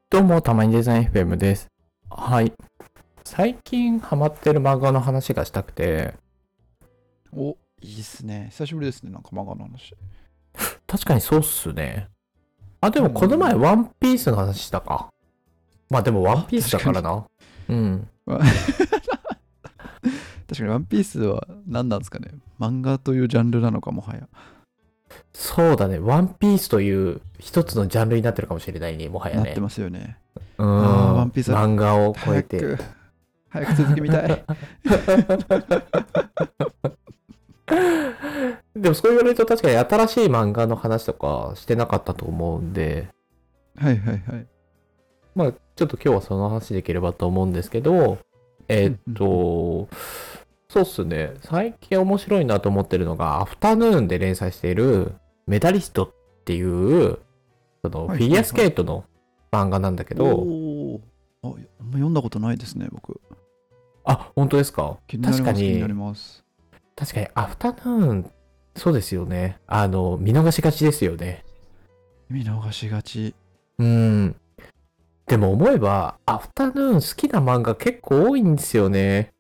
どうも、たまにデザイン FM です。はい。最近ハマってる漫画の話がしたくて、 お、いいっすね。久しぶりですね、なんか漫画の話。 確かにそうっすね。あ、でうもこの前ん。 ワンピースの話したか。まあでもワンあ、 ピースだ確かに。 からな。うん。 わ確かにワンピースは何なんですかね。漫画というジャンルなのかもはや。 そうだね。ワンピースという一つのジャンルになってるかもしれないね。もはやね。 なってますよね。 うーワん。 ンピースは漫画を超えて。 早く、早く続き見たい。 でもそう言われると確かに新しい漫画の話とかしてなかったと思うんで、 はいはいはい。 まあちょっと今日はその話できればと思うんですけど、 うんうんうん。 そうっすね。最近面白いなと思ってるのが、アフタヌーンで連載しているメダリストっていう、そのはフィギュアスいはいはい。 ケートの漫画なんだけど、 おー。あ、あんま読んだことないですね、僕。 あ、本当ですか？ 気になります、気にな確かに、 ります。 確かにアフタヌーン、そうですよね。見逃しがちですよね。 見逃しがち。 うん。でも思えば、アフタヌーン好きな漫画結構多いんですよね。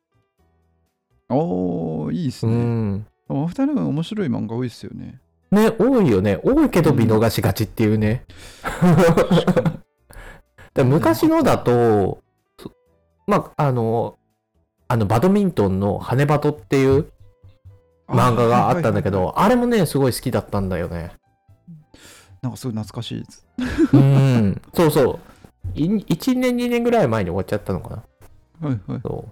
おー、いいですうね。 ん。 アフタヌーン面白い漫画多いですよね。 ね、多いよね。多いけど見うん。 逃しがちっていうね。 確かに。 でなんだよか昔のだったな。 と、まあ、バドミントンの羽バトっていうあ漫画あ、はいがあっはいはいはい。 たんだけど、あれもね、すごい好きだったんだよね。 なんかすごい懐かしいです。 そうそう。1年、2年ぐらい前に終わっちゃったのかな。 はいはい。 そう。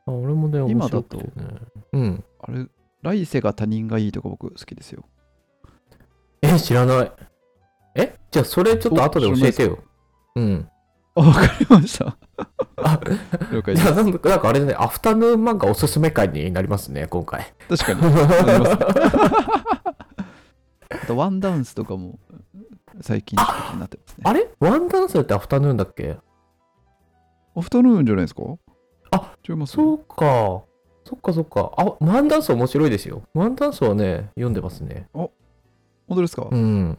俺もね、面今だと、 白くてね。うん。 あれ、来世が他人がいいとか僕好きですよ。 知らない。じゃあそれちょっとお、 後で知らないですか？ 教えてよ。うん。 あ、わかりました。 あ、 了解じゃあです。 なんかあれだね、アフタヌーン漫画おすすめ会になりますね、今回。 確かに、なりますね。あと、ワンダンスとかも最近ちょっと気になってますね。 あれワンダンスってアフタヌーンだっけ？ アフタヌーンじゃないですか？ あ、 違います？ そうか。そっかそっか。あ、ワンダンス面白いですよ。ワンダンスはね、読んでますね。 あ、本当ですか？ うん。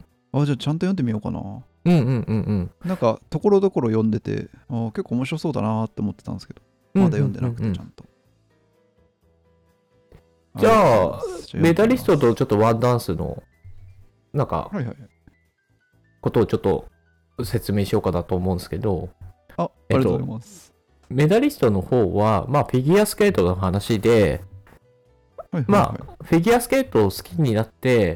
あ、じゃあちゃんと読んでみようかな。 うん。 なんか、ところどころ読んでて、結構面白そうだなって思ってたんですけど、 うんうんまだ読んでなくて、 うんうん。 ちゃんと。あじゃりがとうございまあ、 す。じゃあ読んメダリスでみます。 トとちょっとワンダンスの、なんか、 はいはい。 ことをちょっと説明しようかなと思うんですけど、 あえっと、 りがとうございます。 メダリストの方は、まあ、フィギュアスケートの話で、 はいはいはい。 まあ、フィギュアスケートを好きになって、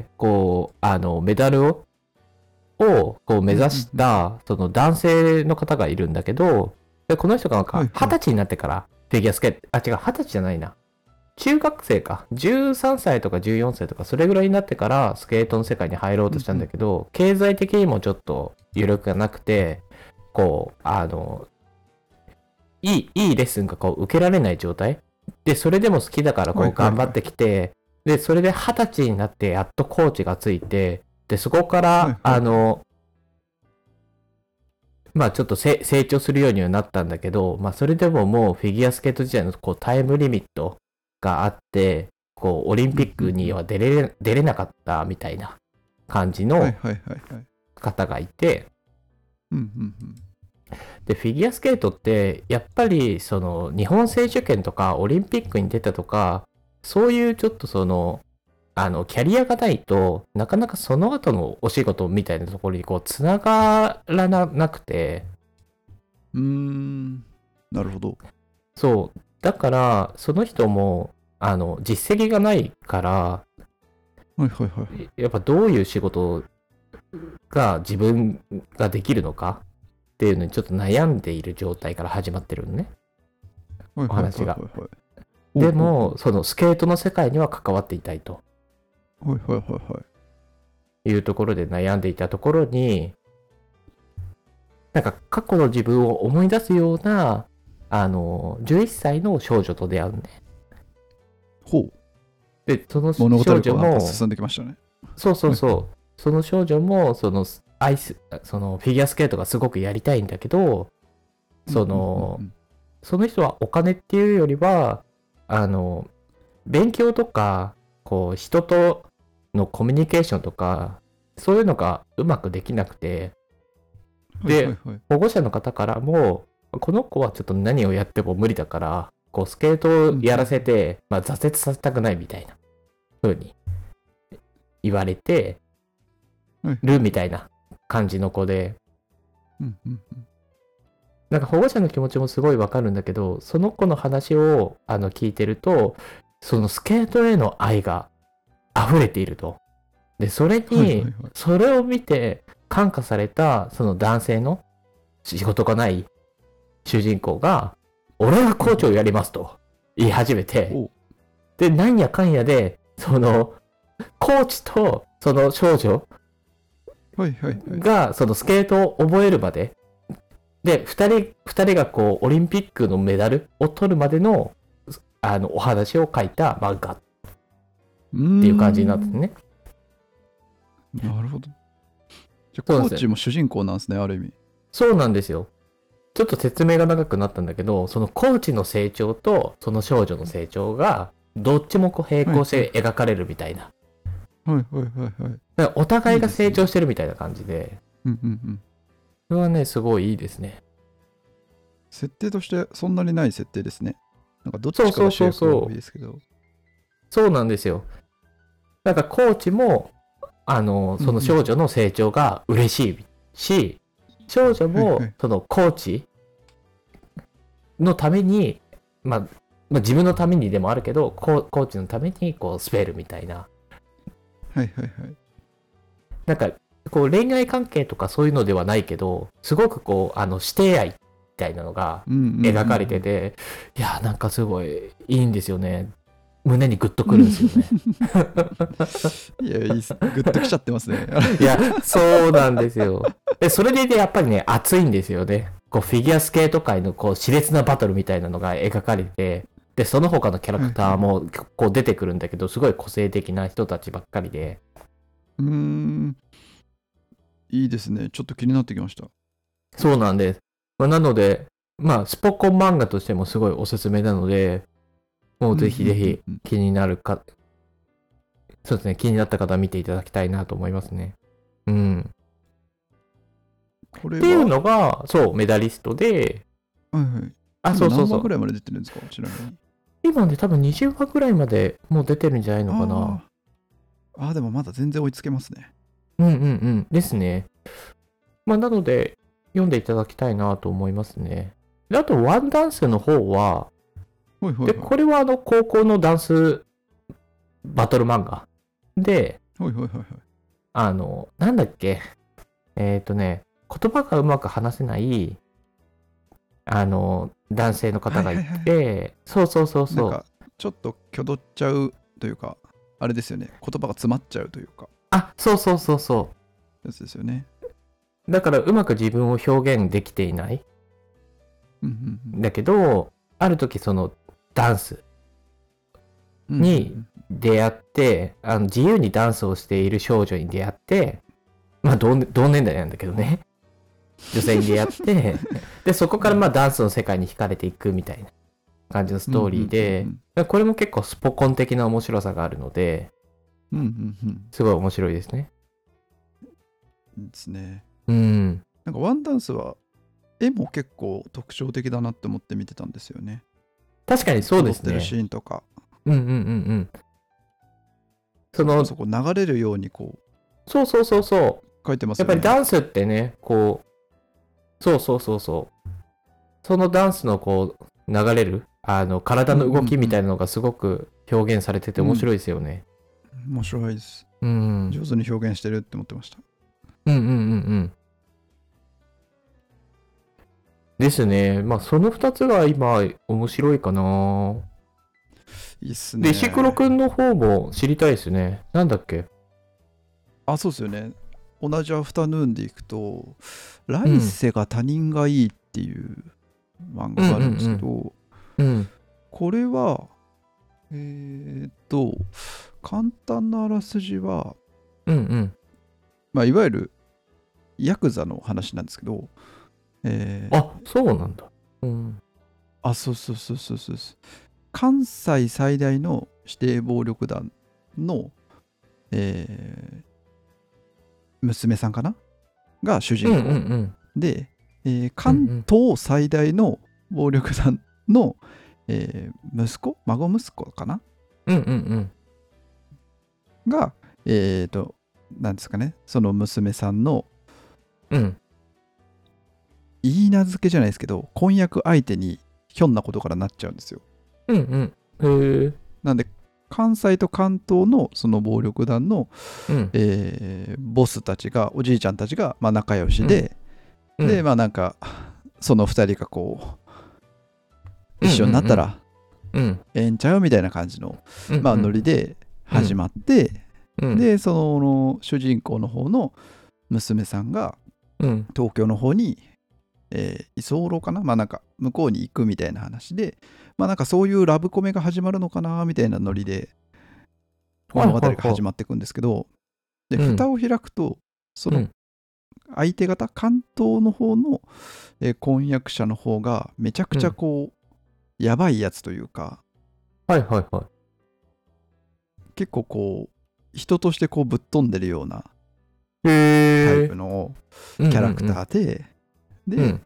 こう、メダルをこう目うん指うんうん。 したその男性の方がいるんだけど、でこの人がなんかはいはい。 20歳になってからフィギュアスケート、あ、違う、20歳じゃないな。中学生か。13歳とか14歳とかそれぐらいになってからスケートの世界に入ろうとしたんだうんうん。 けど、経済的にもちょっと余力がなくて、こう、いいレッスンがこう受けられない状態で、それでも好きだからこはいうはいはい。 頑張ってきて、で、それで20歳になってやっとコーチがついて、で、そこかはいら、 はいはい。 まあちょっと成長するようにはなったんだけど、まあそれでももうフィギュアスケート自体のこうタイムリミットがあって、こうオリンうピックんうんうん。 には出れなかったみたいな感じのはいはいはいはい。 方がいて、 うんうんうん。 で、フィギュアスケートってやっぱりその日本選手権とかオリンピックに出たとか、そういうちょっとその、キャリアがないとなかなかその後のお仕事みたいなところにこうつながらなくて、 なるほど。 そう。だから、その人も、実績がないから、 はいはいはいはい。 やっぱどういう仕事が自分ができるのかっていうのにちょっと悩んでいる状態から始まってるのね、 はいはいはいお話が。 はいはい。おうおうおう。 でも、そのスケートの世界には関わっていたいとはいはいはいはい。 いうところで悩んでいたところに、なんか過去の自分を思い出すような、11歳の少女と出会うんね。 ほう。 で、その物語少女がなんかも、 進んできましたね。 そうそうはいはい。 そう。その少女も、そのフィギュアスケートがすごくやりたいんだけど、そうんうんうんうの、 ん。 その人はお金っていうよりは、あの、勉強とか、こう、人とのコミュニケーションとか、そういうのがうまくできなくて、 で、 はいはい。 保護者の方からも、この子はちょっと何をやっても無理だから、こうスケートをやらせて、まあ、挫折させたくないみたいな風に言われてるみたいな感じの子で、なんか保護者の気持ちもすごいわかるんだけど、その子の話を聞いてると、そのスケートへの愛が溢れていると。で、それに、それを見て感化されたその男性の仕事がない主人公が、俺がコーチをやりますと言い始めて、で、なんやかんやで、その、コーチとその少女がそのスケートを覚えるまで、で、二人がこう、オリンピックのメダルを取るまでの、お話を書いた漫画っていう感じになってね。 なるほど。じゃあ、コーチも主人公なんですね、ある意味。 そうなんですよ。ちょっと説明が長くなったんだけど、そのコーチの成長とその少女の成長が、どっちもこう並行して描かれるみたいな。だからお互いが成長してるみたいな感じで。それはね、すごいいいですね。 設定としてそんなにない設定ですね。なんかどっちかが主役が多いですけど。 そうなんですよ。なんかコーチも、その少女の成長が嬉しいし、少女もそのコーチのために、まあ自分のためにでもあるけど、コーチのためにこうスペルみたいな。なんかこう恋愛関係とかそういうのではないけど、すごくこう師弟愛みたいなのが描かれてて、いやなんかすごいいいんですよね。胸にグッとくるんですよね。 いや、いいっす。グッときちゃってますね。 いや、そうなんですよ。で、それでいてやっぱりね、熱いんですよね。こう、フィギュアスケート界のこう、熾烈なバトルみたいなのが描かれて、で、その他のキャラクターもこう出てくるんだけど、すごい個性的な人たちばっかりで。 いいですね。ちょっと気になってきました。 そうなんです。なので、まあ、スポコン漫画としてもすごいおすすめなので、もうぜひぜひ気になるか、そうですね、気になった方は見ていただきたいなと思いますね。うん。 これはっていうのが、そう、メダリストで、 そうそうそう。何話ぐらいまで出てるんですか、ちなみに。 今ね、多分20話ぐらいまでもう出てるんじゃないのかな。 でもまだ全然追いつけますね。 ですね。まあ、なので、読んでいただきたいなと思いますね。で、あと、ワンダンスの方は、で、これは高校のダンスバトル漫画で、なんだっけ、言葉がうまく話せない、男性の方がいて、そう。 なんか、ちょっと挙動っちゃうというか、あれですよね、言葉が詰まっちゃうというか。 そう。 やつですよね。 だから、うまく自分を表現できていない。だけど、ある時、その、ダンスに出会って、自由にダンスをしている少女に出会って、まあ同年代なんだけどね、女性に出会ってでそこからまあダンスの世界に惹かれていくみたいな感じのストーリーで、これも結構スポコン的な面白さがあるので、すごい面白いですね。 ですね。 なんかワンダンスは絵も結構特徴的だなって思って見てたんですよね。 確かにそうですね。 踊ってるシーンとか。そこ流れるようにこう。 そう。 書いてますよね。 やっぱりダンスってね、こう、そう。そのダンスのこう流れる体の動きみたいなのがすごく表現されてて面白いですよね。 面白いです。上手に表現してるって思ってました。 ですね。まあその2つが今面白いかな。 いいっすね。 で、石黒くんの方も知りたいですね。なんだっけ？ そうですよね。同じアフタヌーンでいくと、来世が他人がいいっていう漫画があるんですけど、これは、簡単なあらすじは、まあ、いわゆるヤクザの話なんですけど、 そうなんだ。 そう。関西最大の指定暴力団の、娘さんかなが主人公で、関東最大の暴力団の、孫息子かな、が、なんですかね、その娘さんの、言い名付けじゃないですけど、婚約相手にひょんなことからなっちゃうんですよ。なんで、関西と関東のその暴力団の、ボスたちが、おじいちゃんたちが、まあ、仲良しで、で、まあなんか、その2人がこう、一緒になったら、ええんちゃうみたいな感じの、まあ、ノリで始まって、で、その主人公の方の娘さんが、東京の方に、居候かな、まあなんか向こうに行くみたいな話で、まあなんかそういうラブコメが始まるのかなみたいなノリで物語が始まっていくんですけど、で蓋を開くとその相手方、関東の方の、婚約者の方がめちゃくちゃこう、やばいやつというか、結構こう人としてこうぶっ飛んでるようなタイプのキャラクターで、で、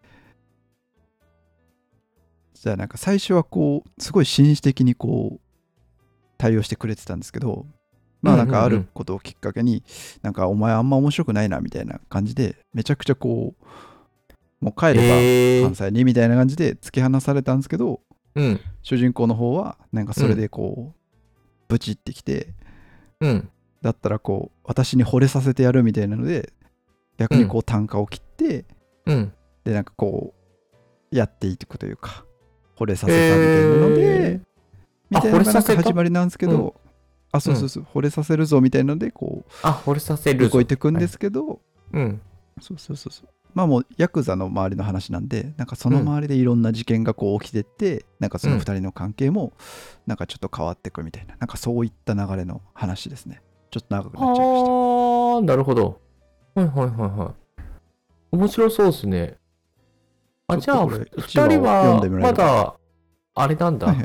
じゃあなんか最初はこうすごい紳士的にこう対応してくれてたんですけど、まあなんかあることをきっかけに、なんかお前あんま面白くないなみたいな感じで、めちゃくちゃこうもう帰れば関西にみたいな感じで突き放されたんですけど、主人公の方はなんかそれでこうブチってきて、だったらこう私に惚れさせてやるみたいなので、逆にこう単価を切って、でなんかこうやっていくというか、惚れさせたみたいなので、みたいなのがなんか始まりなんですけど、そう、惚れさせるぞみたいなのでこう惚れさせるぞ動いていくんですけど、そう、まあもうヤクザの周りの話なんで、なんかその周りでいろんな事件がこう起きてって、なんかその2人の関係もなんかちょっと変わっていくみたいな、なんかそういった流れの話ですね。ちょっと長くなっちゃいました。 なるほど。面白そうですね。じゃあ2人はまだあれなんだ、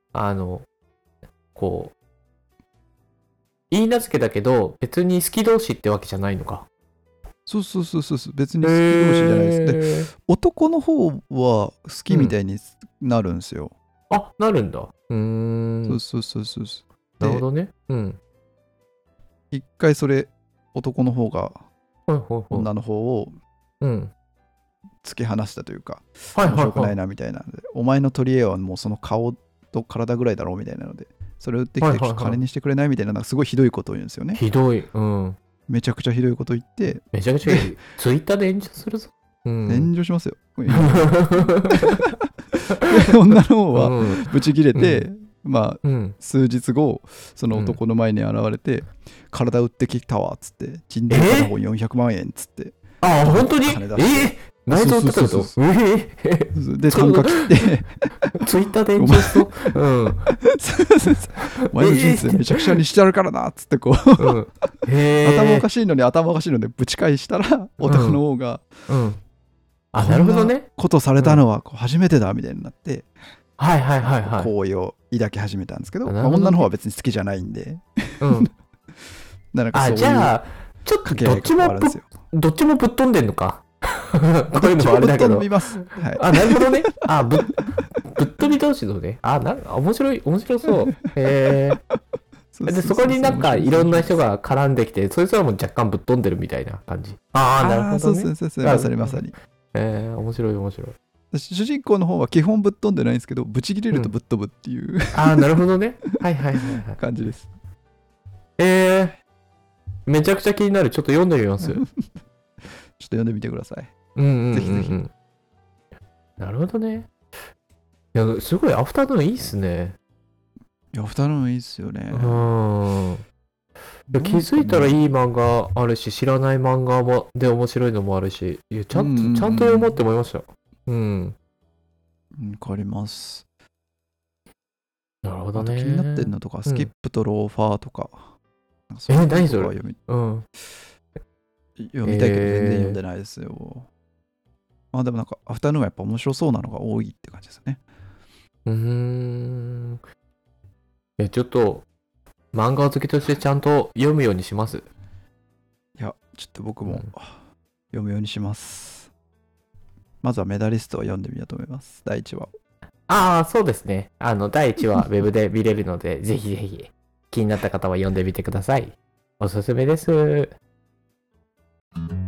こう言い名付けだけど別に好き同士ってわけじゃないのか。 そう、別に好き同士じゃないです。で、男の方は好きみたいになるんですよ。 なるんだ。そう。なるほどね。 一回それ、男の方が女の方を突き放したというか、面白くないなみたいなので、お前の取り柄はもうその顔と体ぐらいだろうみたいなので、それを売ってきて金にしてくれないみたいな、なんかすごいひどいことを言うんですよね。 ひどい。 めちゃくちゃひどいこと言って、 めちゃくちゃツイッターで炎上するぞ。 炎上しますよ。女の方はブチ切れて、まあ、数日後その男の前に現れて、体売ってきたわっつって、腎臓片方400万円っつって、 本当に内臓売ってたことで単価切ってツイッターで炎上しそう。 お前の人生めちゃくちゃにしてやるからなっつってこう頭おかしいのでぶち返したら、男の方がなるほどね、 こんなことされたのは初めてだみたいになって、好意を抱き始めたんですけど、女の方は別に好きじゃないんで、なんかそういうじゃあちょっとどっちもぶっ飛んでんのか。こういうのもあれだけど。なるほどね。ぶっ飛び同士のね。なんか面白そう。でそこになんかいろんな人が絡んできて、そいつらも若干ぶっ飛んでるみたいな感じ。なるほどね。 そうまさに。 面白い。 主人公の方は基本ぶっ飛んでないんですけど、ぶち切れるとぶっ飛ぶっていう、 なるほどね。 感じです。 めちゃくちゃ気になる。ちょっと読んでみます。 ちょっと読んでみてください。 ぜひ。なるほどね。いや、すごいアフタヌーンいいっすね。 アフタヌーンいいっすよね。 気づいたらいい漫画あるし、知らない漫画もで面白いのもあるし、ちゃんと読もうって思いました。わかります。 なるほどね。 気になってんのとか、スキップとローファーとか。 何それ？ 読みたいけど全然読んでないですよ。でもなんかアフタヌーンはやっぱ面白そうなのが多いって感じですね。 ちょっと漫画好きとしてちゃんと読むようにします。 いや、ちょっと僕も読むようにします。 まずはメダリストを読んでみようと思います。第1話を。 ああ、そうですね。第1話ウェブで見れるので、ぜひぜひ気になった方は読んでみてください。おすすめです。